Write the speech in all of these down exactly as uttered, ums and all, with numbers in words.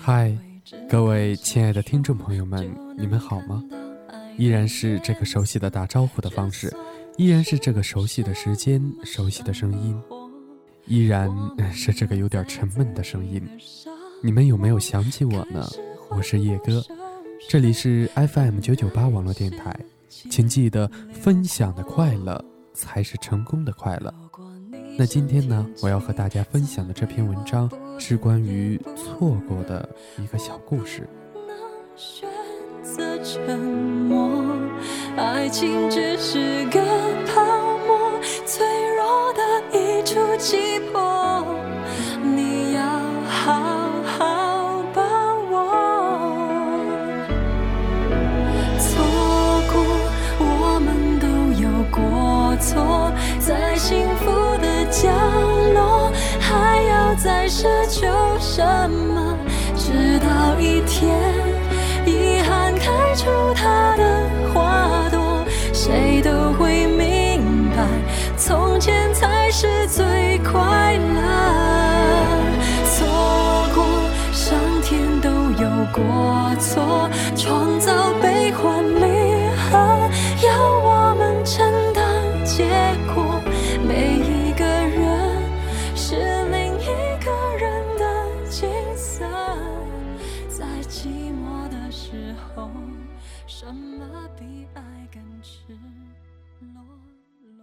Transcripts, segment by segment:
嗨，各位亲爱的听众朋友们，你们好吗？依然是这个熟悉的打招呼的方式，依然是这个熟悉的时间，熟悉的声音，依然是这个有点沉闷的声音。你们有没有想起我呢？我是叶哥，这里是 F M 九九八网络电台，请记得分享的快乐才是成功的快乐。那今天呢，我要和大家分享的这篇文章是关于错过的一个小故事。 选择沉默，爱情只是个泡沫，脆弱的一触即破，你要好好把握。错过，我们都有过错，在幸福的角落，还要再奢求什么？直到一天，遗憾开出它的花朵，谁都会明白，从前才是最快乐。错过，上天都有过错，创造悲欢离合，要我们承担结果。每一个人是另一个人的景色，在寂寞的时候，什么比爱更赤裸裸？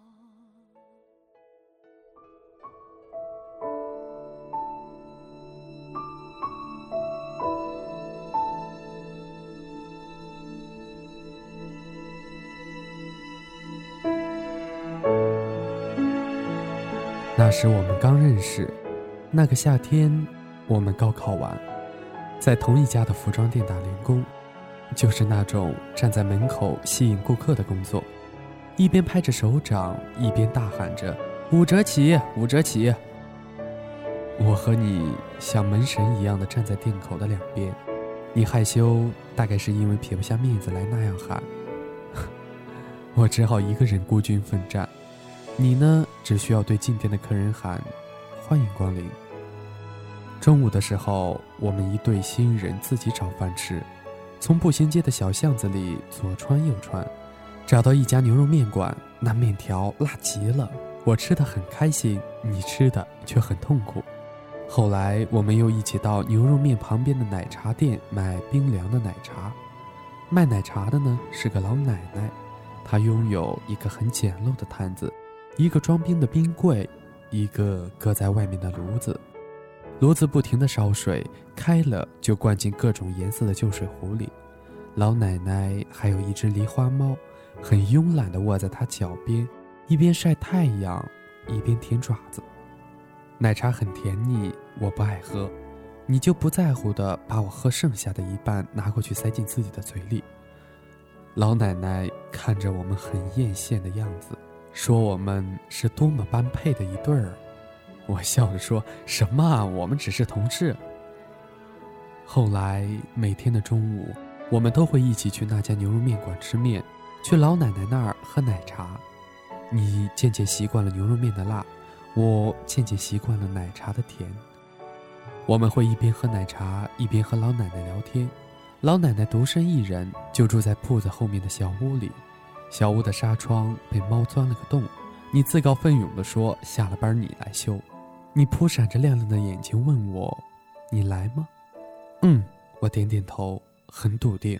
那时我们刚认识，那个夏天我们高考完，在同一家的服装店打零工，就是那种站在门口吸引顾客的工作，一边拍着手掌，一边大喊着五折起，五折起。我和你像门神一样的站在店口的两边，你害羞，大概是因为撇不下面子来那样喊，我只好一个人孤军奋战。你呢，只需要对进店的客人喊欢迎光临。中午的时候，我们一对新人自己找饭吃，从步行街的小巷子里左穿右穿，找到一家牛肉面馆，那面条辣极了，我吃得很开心，你吃的却很痛苦。后来我们又一起到牛肉面旁边的奶茶店买冰凉的奶茶，卖奶茶的呢是个老奶奶，她拥有一个很简陋的摊子，一个装冰的冰柜，一个搁在外面的炉子，炉子不停地烧水，开了就灌进各种颜色的旧水壶里。老奶奶还有一只狸花猫，很慵懒地卧在她脚边，一边晒太阳，一边舔爪子。奶茶很甜腻，我不爱喝，你就不在乎地把我喝剩下的一半拿过去塞进自己的嘴里。老奶奶看着我们很艳羡的样子，说我们是多么般配的一对儿。我笑着说，什么啊，我们只是同事。后来每天的中午，我们都会一起去那家牛肉面馆吃面，去老奶奶那儿喝奶茶。你渐渐习惯了牛肉面的辣，我渐渐习惯了奶茶的甜。我们会一边喝奶茶，一边和老奶奶聊天。老奶奶独身一人，就住在铺子后面的小屋里，小屋的纱窗被猫钻了个洞，你自告奋勇地说下了班你来修。你扑闪着亮亮的眼睛问我，你来吗？嗯，我点点头，很笃定。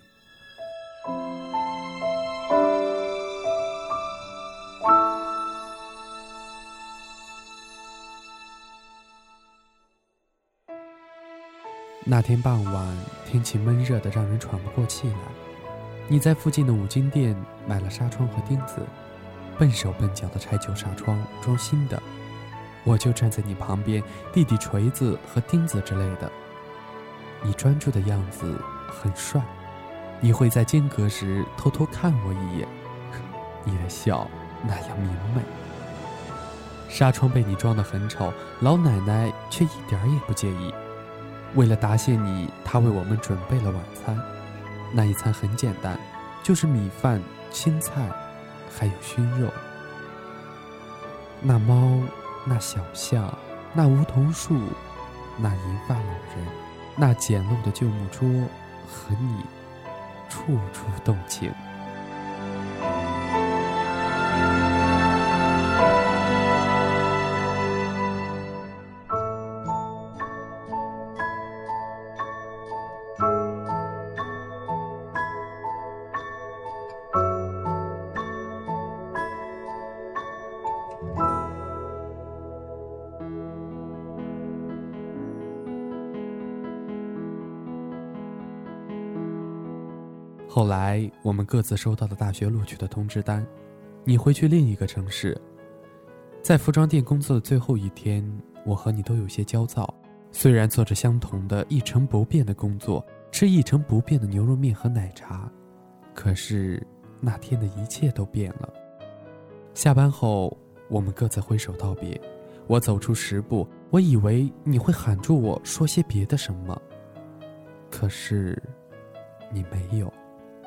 那天傍晚，天气闷热得让人喘不过气来。你在附近的五金店买了纱窗和钉子，笨手笨脚地拆旧纱窗装新的，我就站在你旁边递递锤子和钉子之类的。你专注的样子很帅，你会在间隔时偷偷看我一眼，你的笑那样明媚。纱窗被你装得很丑，老奶奶却一点也不介意。为了答谢你，她为我们准备了晚餐。那一餐很简单，就是米饭、青菜，还有熏肉。那猫，那小巷，那梧桐树，那银发老人， 那简陋的旧木桌和你处处动情。后来我们各自收到了大学录取的通知单，你回去另一个城市。在服装店工作的最后一天，我和你都有些焦躁。虽然做着相同的一成不变的工作，吃一成不变的牛肉面和奶茶，可是那天的一切都变了。下班后我们各自挥手道别，我走出十步，我以为你会喊住我说些别的什么，可是你没有。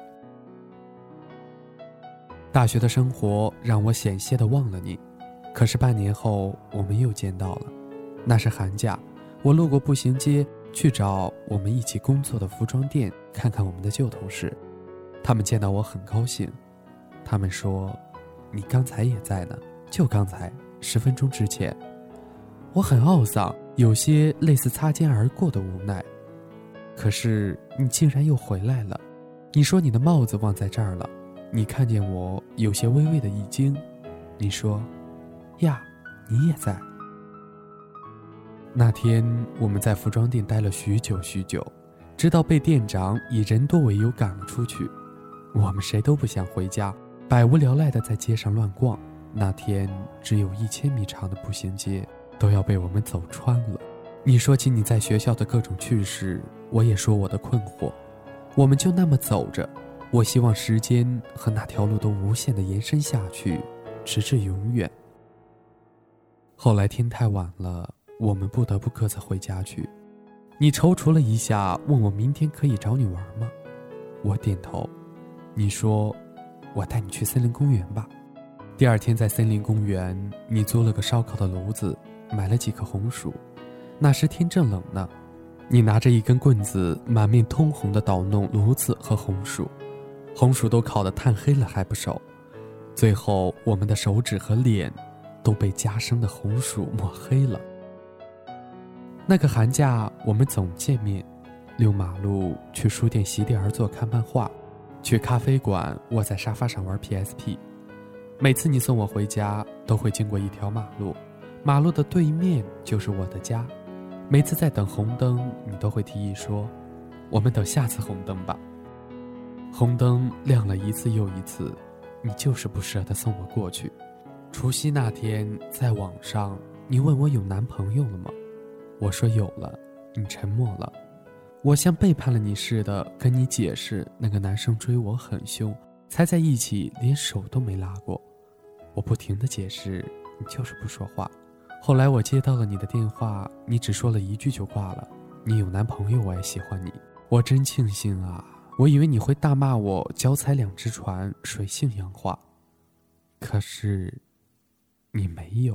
大学的生活让我险些地忘了你，可是半年后我们又见到了。那是寒假，我路过步行街去找我们一起工作的服装店看看我们的旧同事，他们见到我很高兴，他们说你刚才也在呢，就刚才十分钟之前。我很懊丧，有些类似擦肩而过的无奈。可是你竟然又回来了，你说你的帽子忘在这儿了，你看见我有些微微的一惊，你说呀，你也在。那天我们在服装店待了许久许久，直到被店长以人多为由赶了出去。我们谁都不想回家，百无聊赖地在街上乱逛。那天只有一千米长的步行街都要被我们走穿了。你说起你在学校的各种趣事，我也说我的困惑。我们就那么走着，我希望时间和那条路都无限地延伸下去，直至永远。后来天太晚了，我们不得不各自回家去。你踌躇了一下，问我明天可以找你玩吗？我点头。你说我带你去森林公园吧。第二天在森林公园，你租了个烧烤的炉子，买了几颗红薯。那时天正冷呢，你拿着一根棍子满面通红地捣弄炉子和红薯，红薯都烤得炭黑了还不熟，最后我们的手指和脸都被加生的红薯抹黑了。那个寒假我们总见面，溜马路，去书店席地而坐看漫画，去咖啡馆窝在沙发上玩 P S P。 每次你送我回家都会经过一条马路，马路的对面就是我的家。每次在等红灯，你都会提议说我们等下次红灯吧。红灯亮了一次又一次，你就是不舍得送我过去。除夕那天在网上，你问我有男朋友了吗？我说有了，你沉默了。我像背叛了你似的跟你解释，那个男生追我很凶，才在一起连手都没拉过。我不停地解释，你就是不说话。后来我接到了你的电话，你只说了一句就挂了，你有男朋友，我也喜欢你。我真庆幸啊，我以为你会大骂我脚踩两只船，水性杨花，可是你没有。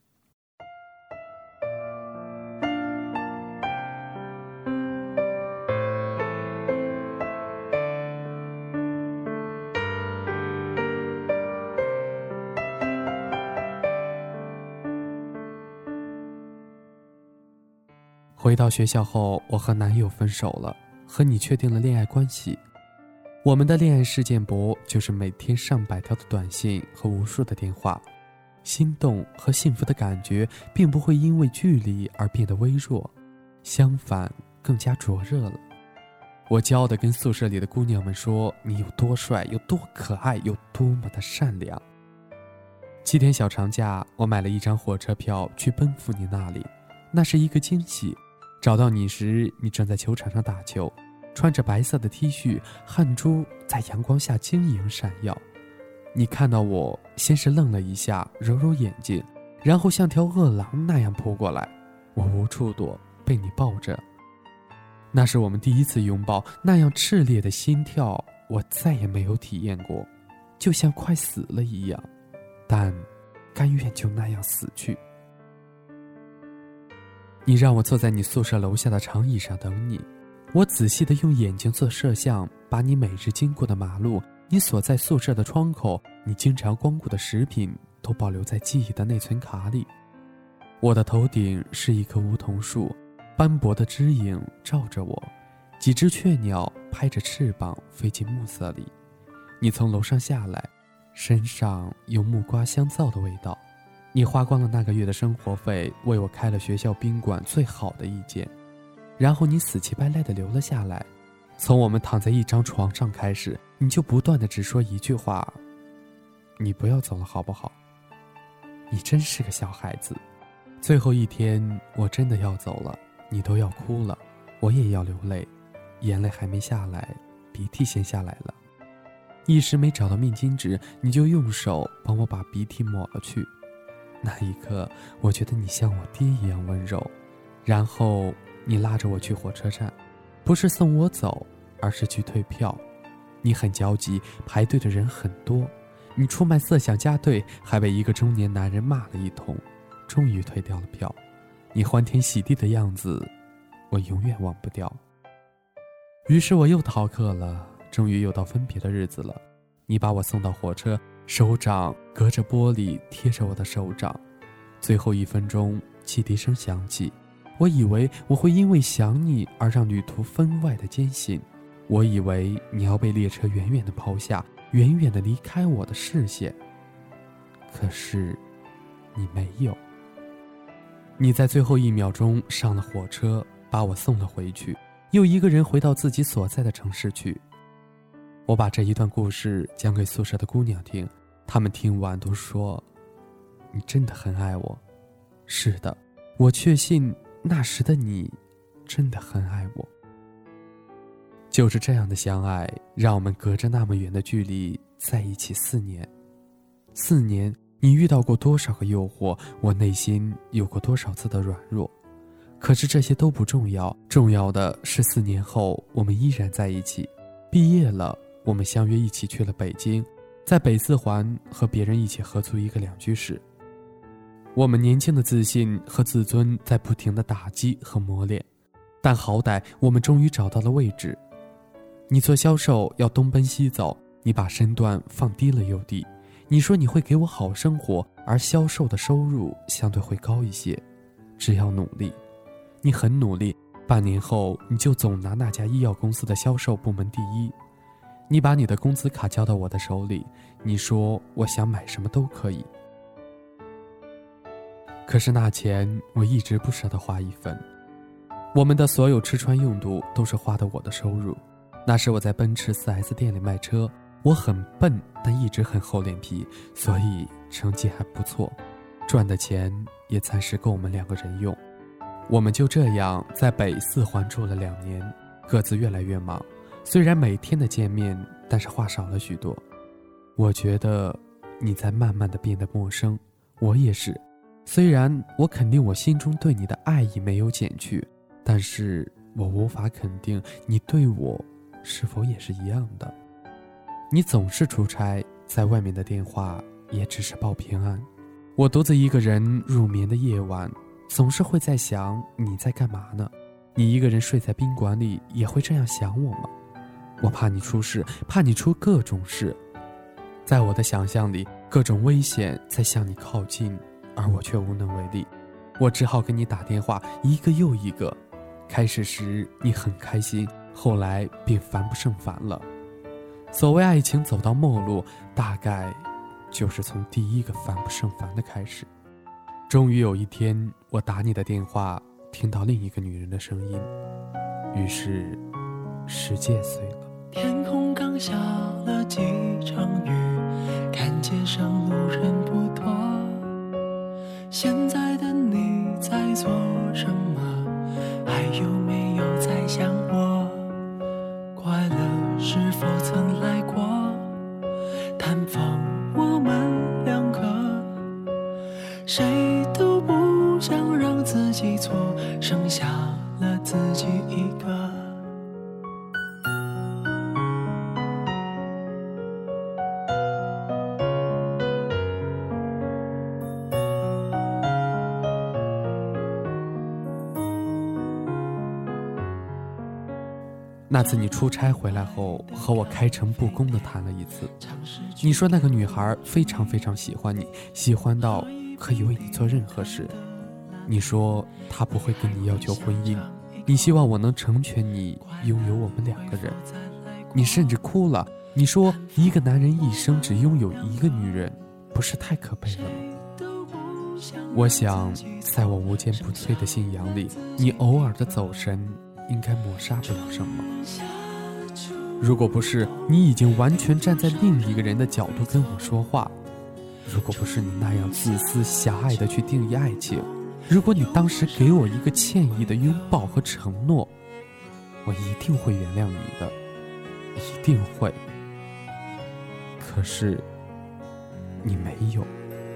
回到学校后，我和男友分手了，和你确定了恋爱关系。我们的恋爱事件簿就是每天上百条的短信和无数的电话。心动和幸福的感觉并不会因为距离而变得微弱，相反更加灼热了。我骄傲地跟宿舍里的姑娘们说，你有多帅，有多可爱，有多么的善良。七天小长假，我买了一张火车票去奔赴你那里，那是一个惊喜。找到你时，你正在球场上打球，穿着白色的 T 恤，汗珠在阳光下晶莹闪耀。你看到我，先是愣了一下，揉揉眼睛，然后像条饿狼那样扑过来。我无处躲，被你抱着。那是我们第一次拥抱，那样炽烈的心跳，我再也没有体验过，就像快死了一样，但甘愿就那样死去。 你让我坐在你宿舍楼下的长椅上等你，我仔细地用眼睛做摄像，把你每日经过的马路，你所在宿舍的窗口，你经常光顾的食品，都保留在记忆的内存卡里。我的头顶是一棵梧桐树，斑驳的枝影照着我，几只雀鸟拍着翅膀飞进暮色里。你从楼上下来，身上有木瓜香皂的味道。你花光了那个月的生活费，为我开了学校宾馆最好的一间，然后你死乞白赖地留了下来。从我们躺在一张床上开始，你就不断地只说一句话：你不要走了好不好？你真是个小孩子。最后一天我真的要走了，你都要哭了，我也要流泪，眼泪还没下来，鼻涕先下来了。一时没找到面巾纸，你就用手帮我把鼻涕抹了去。那一刻我觉得你像我爹一样温柔。然后你拉着我去火车站，不是送我走，而是去退票。你很焦急，排队的人很多，你出卖色想加队，还被一个中年男人骂了一通，终于退掉了票。你欢天喜地的样子我永远忘不掉。于是我又逃课了，终于又到分别的日子了。你把我送到火车，手掌隔着玻璃贴着我的手掌。最后一分钟汽笛声响起，我以为我会因为想你而让旅途分外的艰辛，我以为你要被列车远远地抛下，远远地离开我的视线。可是你没有。你在最后一秒钟上了火车，把我送了回去，又一个人回到自己所在的城市去。我把这一段故事讲给宿舍的姑娘听，她们听完都说：你真的很爱我。是的，我确信那时的你真的很爱我。就是这样的相爱，让我们隔着那么远的距离在一起四年。四年，你遇到过多少个诱惑，我内心有过多少次的软弱。可是这些都不重要，重要的是四年后我们依然在一起。毕业了，我们相约一起去了北京，在北四环和别人一起合租一个两居室。我们年轻的自信和自尊在不停地打击和磨练，但好歹我们终于找到了位置。你做销售要东奔西走，你把身段放低了又低。你说你会给我好生活，而销售的收入相对会高一些，只要努力。你很努力，半年后你就总拿那家医药公司的销售部门第一。你把你的工资卡交到我的手里，你说我想买什么都可以。可是那钱我一直不舍得花一分，我们的所有吃穿用度都是花的我的收入。那时我在奔驰 四 S 店里卖车，我很笨，但一直很厚脸皮，所以成绩还不错，赚的钱也暂时够我们两个人用。我们就这样在北四环住了两年，各自越来越忙，虽然每天的见面，但是话少了许多。我觉得你在慢慢的变得陌生，我也是。虽然我肯定我心中对你的爱意没有减去，但是我无法肯定你对我是否也是一样的。你总是出差，在外面的电话也只是报平安。我独自一个人入眠的夜晚，总是会在想你在干嘛呢？你一个人睡在宾馆里也会这样想我吗？我怕你出事，怕你出各种事。在我的想象里，各种危险在向你靠近，而我却无能为力。我只好给你打电话，一个又一个。开始时你很开心，后来便烦不胜烦了。所谓爱情走到末路，大概就是从第一个烦不胜烦的开始。终于有一天，我打你的电话，听到另一个女人的声音，于是世界碎了。 天空刚下了几场雨，看街上路人不多。现在的你在做什么？还有没有在想我？快乐是否曾来过？探访我们两个，谁都不想让自己错，剩下了自己一个。 那次你出差回来后和我开诚布公地谈了一次，你说那个女孩非常非常喜欢你，喜欢到可以为你做任何事。你说她不会跟你要求婚姻，你希望我能成全你，拥有我们两个人。你甚至哭了，你说一个男人一生只拥有一个女人，不是太可悲了吗？我想在我无坚不摧的信仰里，你偶尔的走神应该抹杀不了什么。如果不是你已经完全站在另一个人的角度跟我说话，如果不是你那样自私狭隘的去定义爱情，如果你当时给我一个歉意的拥抱和承诺，我一定会原谅你的，一定会。可是你没有。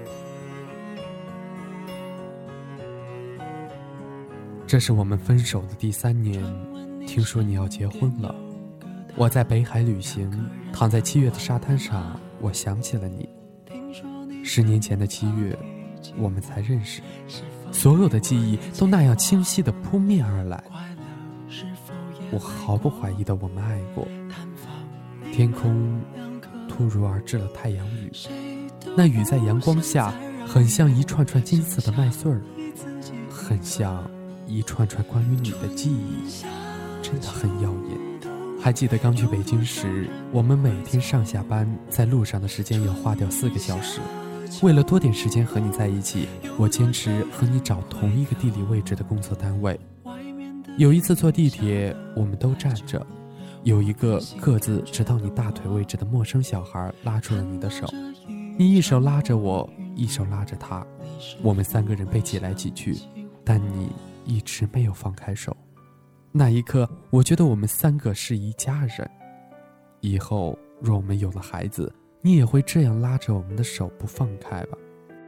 这是我们分手的第三年，听说你要结婚了。我在北海旅行，躺在七月的沙滩上，我想起了你。十年前的七月，我们才认识，所有的记忆都那样清晰地扑面而来。我毫不怀疑的我们爱过。天空突如而至了太阳雨，那雨在阳光下很像一串串金色的麦穗儿，很像一串串关于你的记忆，真的很耀眼。还记得刚去北京时，我们每天上下班在路上的时间要花掉四个小时，为了多点时间和你在一起，我坚持和你找同一个地理位置的工作单位。有一次坐地铁，我们都站着，有一个个子直到你大腿位置的陌生小孩拉住了你的手，你一手拉着我，一手拉着他，我们三个人被挤来挤去，但你一直没有放开手。那一刻，我觉得我们三个是一家人。以后若我们有了孩子，你也会这样拉着我们的手不放开吧？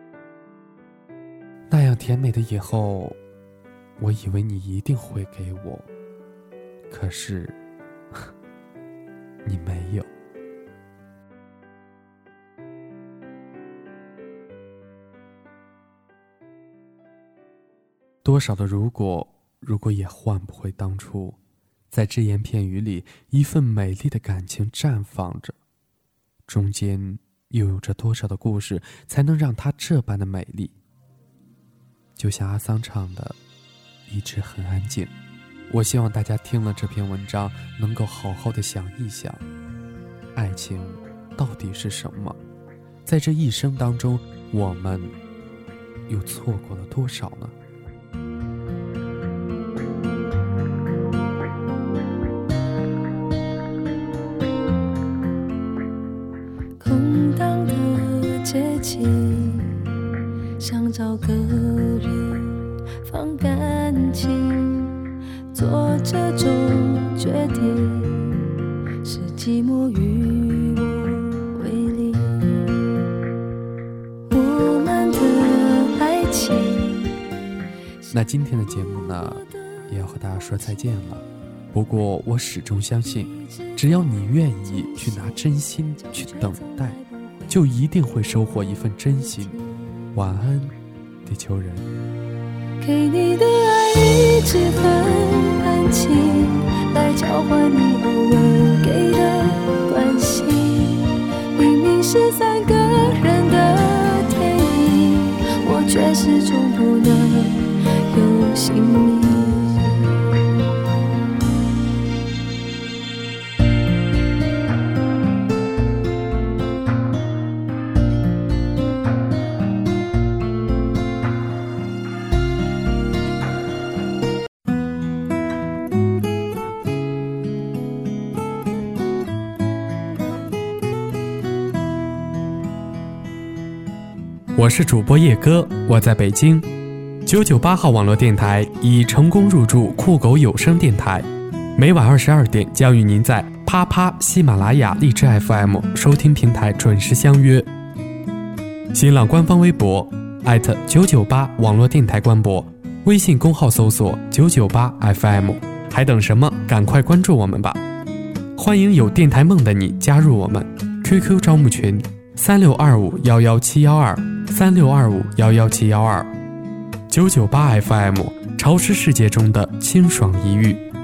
那样甜美的以后，我以为你一定会给我，可是你没有。多少的如果如果也换不回当初，在只言片语里，一份美丽的感情绽放着，中间又有着多少的故事，才能让它这般的美丽？就像阿桑唱的，一直很安静。我希望大家听了这篇文章，能够好好的想一想，爱情到底是什么？在这一生当中，我们又错过了多少呢？ 空荡的街景，想找个人放感情，做这种决定，是寂寞与我为邻。我们的爱情。 那今天的节目呢，也要和大家说再见了。不过我始终相信，只要你愿意去拿真心去等待，就一定会收获一份真心。晚安，地球人。 给你的爱一直很安静，来交换你偶尔给的关心。明明是三个人的电影，我却始终不能有姓名。 我是主播叶哥，我在北京。九九八号网络电台已成功入驻酷狗有声电台，每晚二十二点将与您在啪啪、喜马拉雅、荔枝 F M 收听平台准时相约。新浪官方微博艾特九九八网络电台官博，微信公号搜索九九八 F M， 还等什么？赶快关注我们吧！欢迎有电台梦的你加入我们 Q Q 招募群三六二五幺幺七幺二三六二五幺幺七幺二。九九八 F M， 潮湿世界中的清爽一遇。